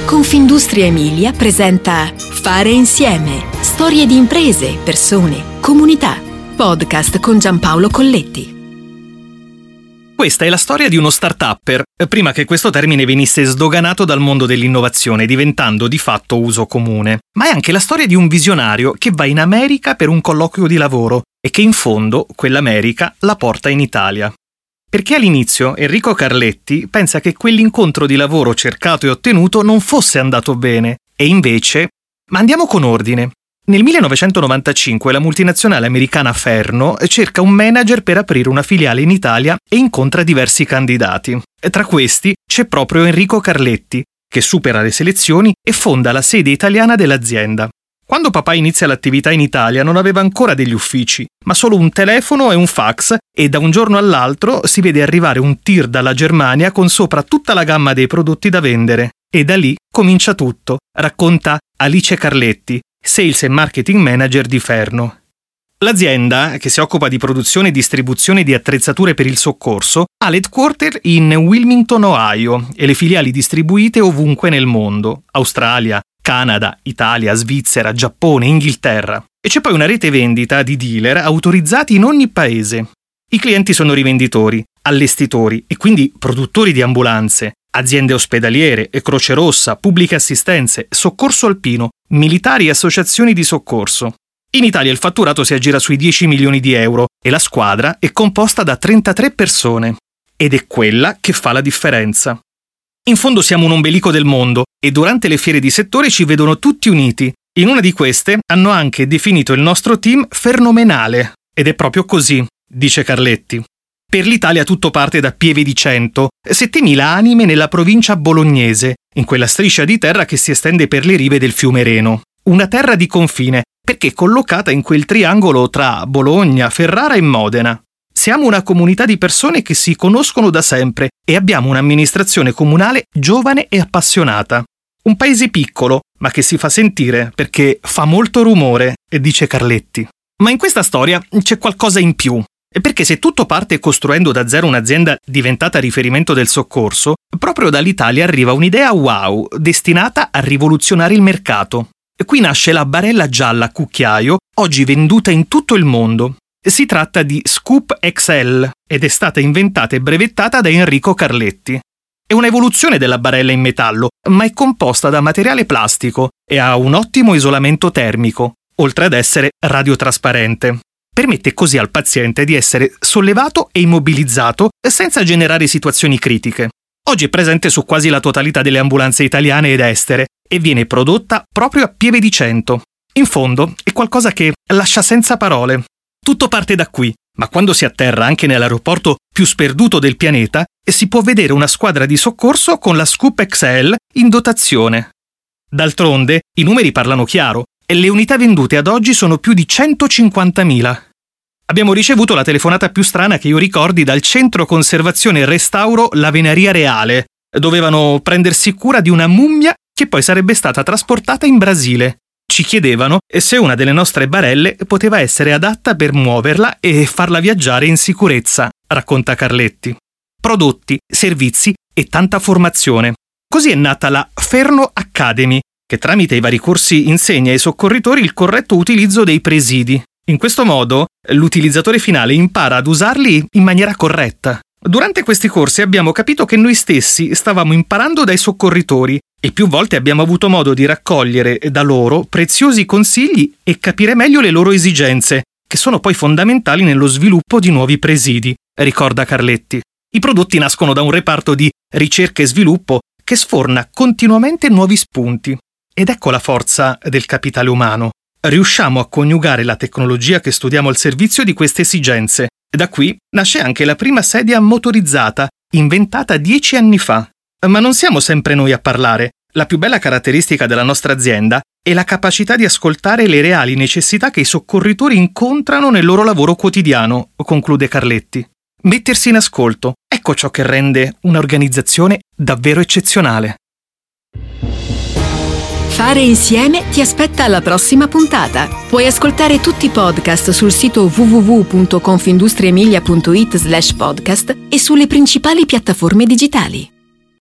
Confindustria Emilia presenta Fare Insieme. Storie di imprese, persone, comunità. Podcast con Giampaolo Colletti. Questa è la storia di uno start-upper, prima che questo termine venisse sdoganato dal mondo dell'innovazione, diventando di fatto uso comune. Ma è anche la storia di un visionario che va in America per un colloquio di lavoro e che in fondo quell'America la porta in Italia. Perché all'inizio Enrico Carletti pensa che quell'incontro di lavoro cercato e ottenuto non fosse andato bene, e invece... Ma andiamo con ordine. Nel 1995 la multinazionale americana Ferno cerca un manager per aprire una filiale in Italia e incontra diversi candidati. Tra questi c'è proprio Enrico Carletti, che supera le selezioni e fonda la sede italiana dell'azienda. Quando papà inizia l'attività in Italia non aveva ancora degli uffici, ma solo un telefono e un fax, e da un giorno all'altro si vede arrivare un tir dalla Germania con sopra tutta la gamma dei prodotti da vendere. E da lì comincia tutto, racconta Alice Carletti, Sales e Marketing Manager di Ferno. L'azienda, che si occupa di produzione e distribuzione di attrezzature per il soccorso, ha l'headquarter in Wilmington, Ohio, e le filiali distribuite ovunque nel mondo: Australia, Canada, Italia, Svizzera, Giappone, Inghilterra. E c'è poi una rete vendita di dealer autorizzati in ogni paese. I clienti sono rivenditori, allestitori e quindi produttori di ambulanze, aziende ospedaliere e Croce Rossa, pubbliche assistenze, soccorso alpino, militari e associazioni di soccorso. In Italia il fatturato si aggira sui 10 milioni di euro e la squadra è composta da 33 persone. Ed è quella che fa la differenza. In fondo siamo un ombelico del mondo e durante le fiere di settore ci vedono tutti uniti. In una di queste hanno anche definito il nostro team fernomenale. Ed è proprio così, dice Carletti. Per l'Italia tutto parte da Pieve di Cento, 7.000 anime nella provincia bolognese, in quella striscia di terra che si estende per le rive del fiume Reno. Una terra di confine, perché collocata in quel triangolo tra Bologna, Ferrara e Modena. Siamo una comunità di persone che si conoscono da sempre e abbiamo un'amministrazione comunale giovane e appassionata. Un paese piccolo, ma che si fa sentire perché fa molto rumore, dice Carletti. Ma in questa storia c'è qualcosa in più. Perché se tutto parte costruendo da zero un'azienda diventata riferimento del soccorso, proprio dall'Italia arriva un'idea wow, destinata a rivoluzionare il mercato. Qui nasce la barella gialla a cucchiaio, oggi venduta in tutto il mondo. Si tratta di Scoop XL ed è stata inventata e brevettata da Enrico Carletti. È un'evoluzione della barella in metallo, ma è composta da materiale plastico e ha un ottimo isolamento termico, oltre ad essere radiotrasparente. Permette così al paziente di essere sollevato e immobilizzato senza generare situazioni critiche. Oggi è presente su quasi la totalità delle ambulanze italiane ed estere e viene prodotta proprio a Pieve di Cento. In fondo è qualcosa che lascia senza parole. Tutto parte da qui, ma quando si atterra anche nell'aeroporto più sperduto del pianeta si può vedere una squadra di soccorso con la Scoop XL in dotazione. D'altronde i numeri parlano chiaro e le unità vendute ad oggi sono più di 150.000. Abbiamo ricevuto la telefonata più strana che io ricordi dal Centro Conservazione e Restauro La Venaria Reale. Dovevano prendersi cura di una mummia che poi sarebbe stata trasportata in Brasile. Ci chiedevano se una delle nostre barelle poteva essere adatta per muoverla e farla viaggiare in sicurezza, racconta Carletti. Prodotti, servizi e tanta formazione. Così è nata la Ferno Academy, che tramite i vari corsi insegna ai soccorritori il corretto utilizzo dei presidi. In questo modo l'utilizzatore finale impara ad usarli in maniera corretta. Durante questi corsi abbiamo capito che noi stessi stavamo imparando dai soccorritori e più volte abbiamo avuto modo di raccogliere da loro preziosi consigli e capire meglio le loro esigenze, che sono poi fondamentali nello sviluppo di nuovi presidi, ricorda Carletti. I prodotti nascono da un reparto di ricerca e sviluppo che sforna continuamente nuovi spunti. Ed ecco la forza del capitale umano. Riusciamo a coniugare la tecnologia che studiamo al servizio di queste esigenze. Da qui nasce anche la prima sedia motorizzata, inventata 10 anni fa. Ma non siamo sempre noi a parlare. La più bella caratteristica della nostra azienda è la capacità di ascoltare le reali necessità che i soccorritori incontrano nel loro lavoro quotidiano, conclude Carletti. Mettersi in ascolto, ecco ciò che rende un'organizzazione davvero eccezionale. Fare Insieme ti aspetta alla prossima puntata. Puoi ascoltare tutti i podcast sul sito www.confindustriemilia.it/podcast e sulle principali piattaforme digitali.